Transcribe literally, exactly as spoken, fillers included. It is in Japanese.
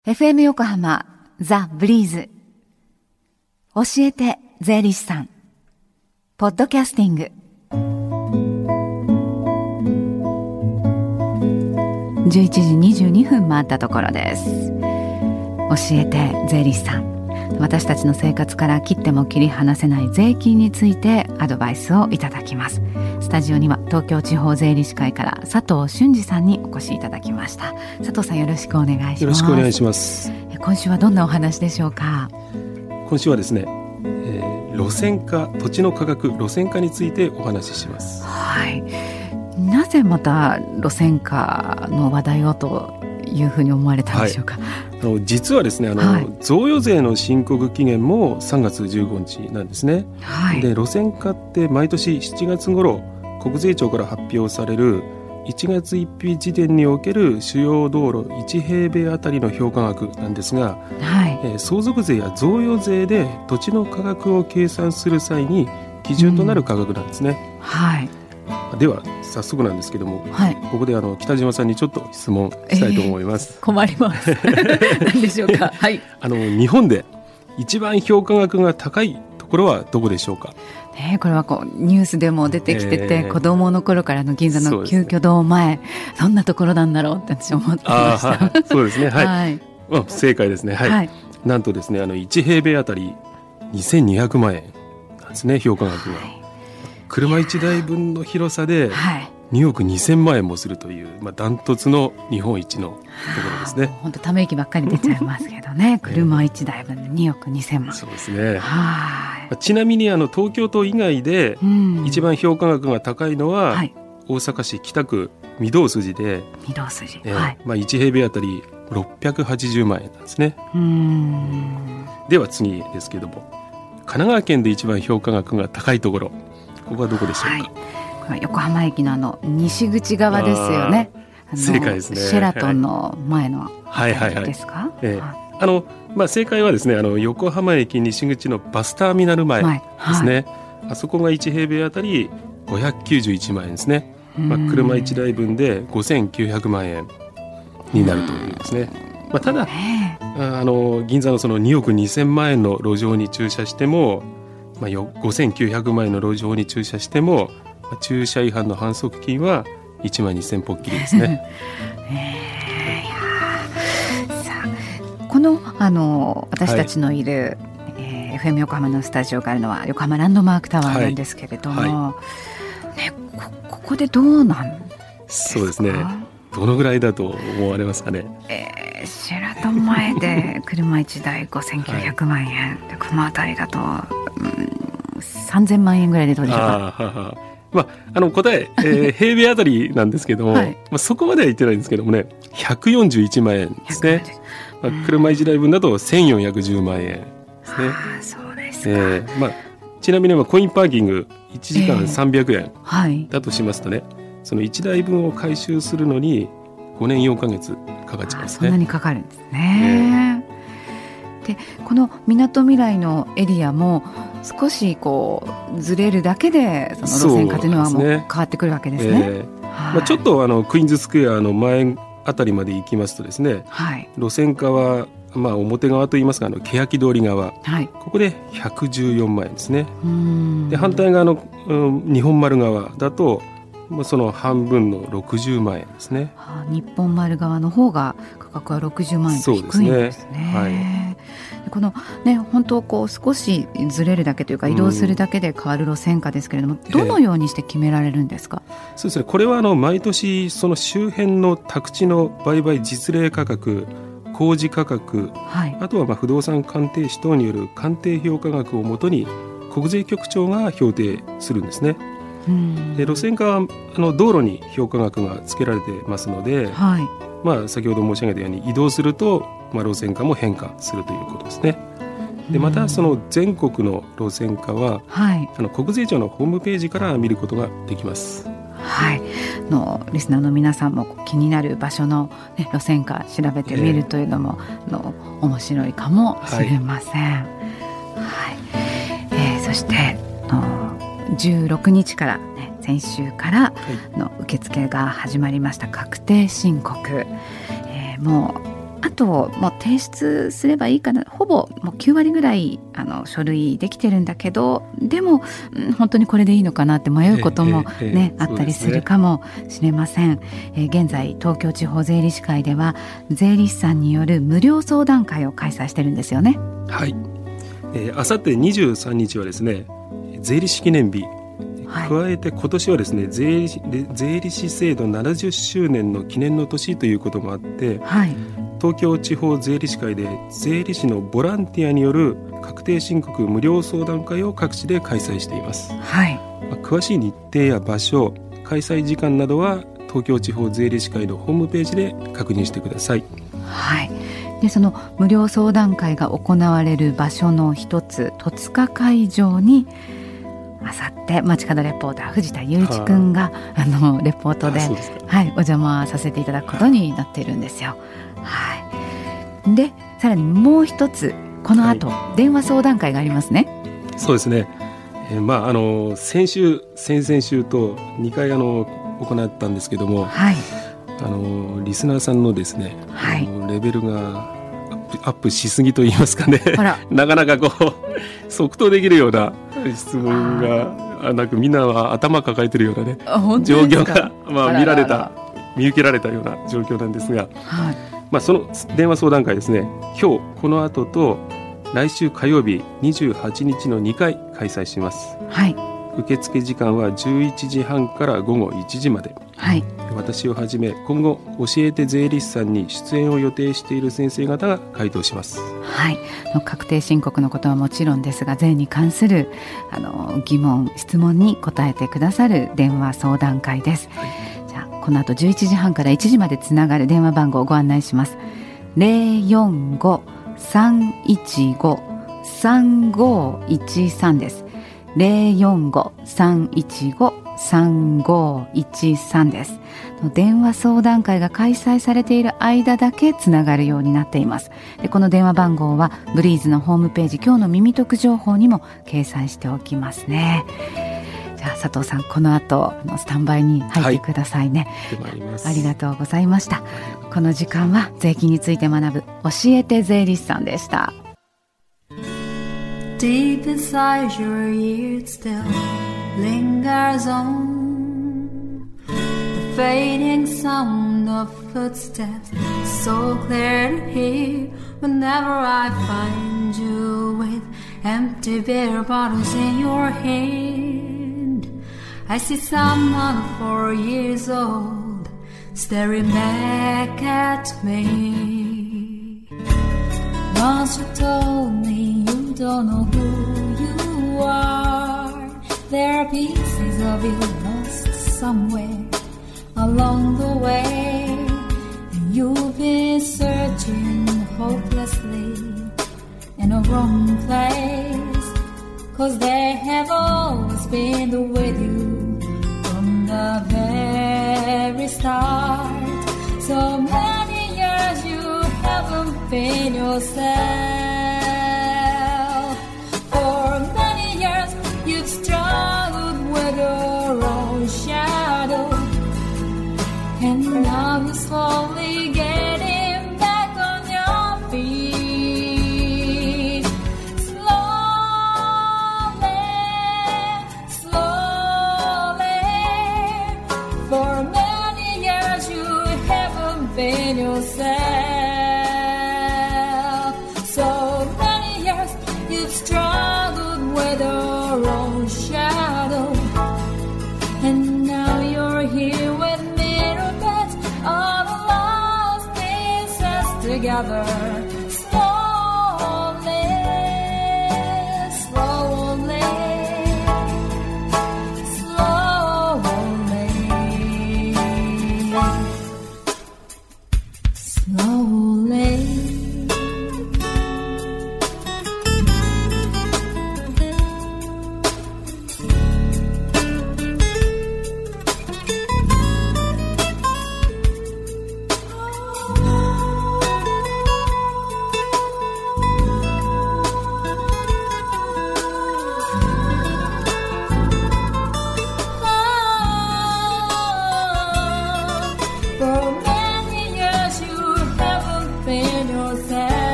エフエム 横浜ザ・ブリーズ教えて税理士さんポッドキャスティングじゅういちじにじゅうにふん回ったところです。教えて税理士さん、私たちの生活から切っても切り離せない税金についてアドバイスをいただきます。スタジオには東京地方税理士会から佐藤俊二さんにお越しいただきました。佐藤さん、よろしくお願いします。 よろしくお願いします。 今週はどんなお話でしょうか？ 今週はですね、えー、路線価、土地の価格、路線価についてお話しします。 はい。なぜまた路線価の話題をというふうに思われたんでしょうか？はい、 あの実はですね、あの、はい、贈与税の申告期限もさんがつじゅうごにちなんですね。はい、で路線価って毎年しちがつ頃国税庁から発表されるいちがつついたち時点における主要道路いちへいべいあたりの評価額なんですが、はいえー、相続税や贈与税で土地の価格を計算する際に基準となる価格なんですね。うんはい、では早速なんですけども、はい、ここであの北島さんにちょっと質問したいと思います。 えー、困ります何でしょうか？はい、 あの日本で一番評価額が高いところはどこでしょうか？ ね、これはこうニュースでも出てきてて、えー、子供の頃からの銀座の旧居堂前 そ,、ね、そんなところなんだろうって私思ってました。 あそうですね、はいはいまあ、正解ですね、はいはい、なんとですねあのいちへいべいあたりにせんにひゃくまんえんなんですね、評価額が、はい、車いちだいぶんの広さでにおくにせんまんえんもするという、まあ、ダントツの日本一のところですね。 本当ため息ばっかり出ちゃいますけどね車いちだいぶんでにおくにせんまん。 そうですね。はいちなみにあの東京都以外で一番評価額が高いのは、うんはい、大阪市北区御堂筋で御堂筋、 えーはいまあ、いちへいべいあたりろっぴゃくはちじゅうまんえんなんですね。うーんでは次ですけども、神奈川県で一番評価額が高いところ、ここはどこでしょうか？はい、 これは横浜駅のあの西口側ですよね。あの正解ですね。 シェラトンの前のはいはいはいですか？ えーあのまあ、正解はですねあの横浜駅西口のバスターミナル前ですね、はい、あそこがいちへいべいあたりごひゃくきゅうじゅういちまんえんですね。まあ、車いちだいぶんでごせんきゅうひゃくまんえんになるというですね。まあ、ただあの銀座のそのにおくにせんまんえんの路上に駐車しても、まあ、ごせんきゅうひゃくまんえんの路上に駐車しても、まあ、駐車違反の反則金はいちまんにせんぽっきりですね。 この、あの私たちのいる、はいえー、エフエム 横浜のスタジオがあるのは横浜ランドマークタワーなんですけれども、はいはいね、こ, ここでどうなんですか？ そうですね、どのぐらいだと思われますかね？ えー、シェラトン前で車いちだいごせんきゅうひゃくまんえん、はい、でこの辺りだと、うん、さんぜんまんえんぐらいでどうでしょうか？あははまあ、あの答え、えー、平米あたりなんですけども、はいまあ、そこまでは言ってないんですけどもね、ひゃくよんじゅういちまんえんですね。まあ、車いちだいぶんだとせんよんひゃくじゅうまんえんですね。 あそうですか、 えーまあ、ちなみにコインパーキングいちじかんさんびゃくえんだとしますとね、えーはい、そのいちだいぶんを回収するのにごねんよんかげつかかっちゃいますね。 そんなにかかるんですね。えー、でこのみなとみらいのエリアも少しこうずれるだけでその路線価というのはもう変わってくるわけですね。えーはいまあ、ちょっとあのクイーンズスクエアの前あたりまで行きますとですね、はい、路線価は、まあ、表側といいますかあの欅通り側、はい、ここでひゃくじゅうよんまんえんですね。うんで反対側の、うん、日本丸側だとその半分のろくじゅうまんえんですね。 はあ、日本丸側の方が価格はろくじゅうまんえんと低いんですね。そうですね、はい、このね本当こう少しずれるだけというか移動するだけで変わる路線価ですけれども、うん、どのようにして決められるんですか？ えー、そうですね、これはあの毎年その周辺の宅地の売買実例価格、工事価格、はい、あとはまあ不動産鑑定士等による鑑定評価額をもとに国税局長が評定するんですね。うんで路線価はあの道路に評価額がつけられてますので、はいまあ、先ほど申し上げたように移動すると、まあ、路線価も変化するということですね。でまたその全国の路線価は、はい、あの国税庁のホームページから見ることができます。 はい、のリスナーの皆さんも気になる場所の、ね、路線価調べてみるというのも、えー、の面白いかもしれません。はいはいえー、そしてのじゅうろくにちから、ね、先週からの受付が始まりました確定申告、えー、もあともう提出すればいいかな、ほぼもうきゅうわりぐらいあの書類できてるんだけど、でも、うん、本当にこれでいいのかなって迷うことも、ねええええ、あったりするかもしれません、えー、現在東京地方税理士会では税理士さんによる無料相談会を開催してるんですよね。 はい、えー、あさってにじゅうさんにちはですね、税理士記念日、はい、加えて今年はですね 税理士、税理士制度ななじゅっしゅうねんの記念の年ということもあって、はい、東京地方税理士会で税理士のボランティアによる確定申告無料相談会を各地で開催しています、はい、まあ、詳しい日程や場所、開催時間などは東京地方税理士会のホームページで確認してください。 はい、でその無料相談会が行われる場所の一つ、戸塚会場にあさって街角レポーター藤田雄一くんがあのレポートで、はい、お邪魔させていただくことになっているんですよ。はい、でさらにもう一つこの後、はい、電話相談会がありますね。 そうですね、えーまあ、あの先週先々週とにかいあの行ったんですけども、はい、あのリスナーさんのですね、はい、あのレベルがアップ、アップしすぎと言いますかねなかなかこう即答できるような質問がなく、みんなは頭抱えてるようなね状況が、まあ、見られた見受けられたような状況なんですが、はい、まあ、その電話相談会ですね、今日この後と来週火曜日にじゅうはちにちのにかい開催します、はい、受付時間はじゅういちじはんから午後いちじまで、はい、私をはじめ今後教えて税理士さんに出演を予定している先生方が回答します。 はい、確定申告のことはもちろんですが、税に関するあの疑問質問に答えてくださる電話相談会です、はい、じゃあこの後じゅういちじはんからいちじまでつながる電話番号をご案内します。 ゼロよんご さんいちご さんごいちさん です。ゼロよんご さんいちご さんごいちさん です。電話相談会が開催されている間だけつながるようになっています。でこの電話番号はブリーズのホームページ、今日の耳得情報にも掲載しておきますね。じゃあ佐藤さん、この後のスタンバイに入ってくださいね、 はい、 ありがとうございました。この時間は税金について学ぶ教えて税理士さんでした。 Deep inside your ears still lingers on the fading sound of footsteps, so clear to hear whenever I find you with empty beer bottles in your hand. I see someone four years old staring back at me. Once you told me you don't know who you are. There are pieces of you lost somewhere along the way, and you've been searching hopelessly in a wrong place, 'cause they have always been with you from the very start. So many years you haven't been yourself. For many years you've struggled with your own shadow, and now you're slowly getting back on your feet. Slowly, slowly. For many years you haven't been yourself. So many years you've struggled with your own shadow, and now you're here with me, all the lost pieces together.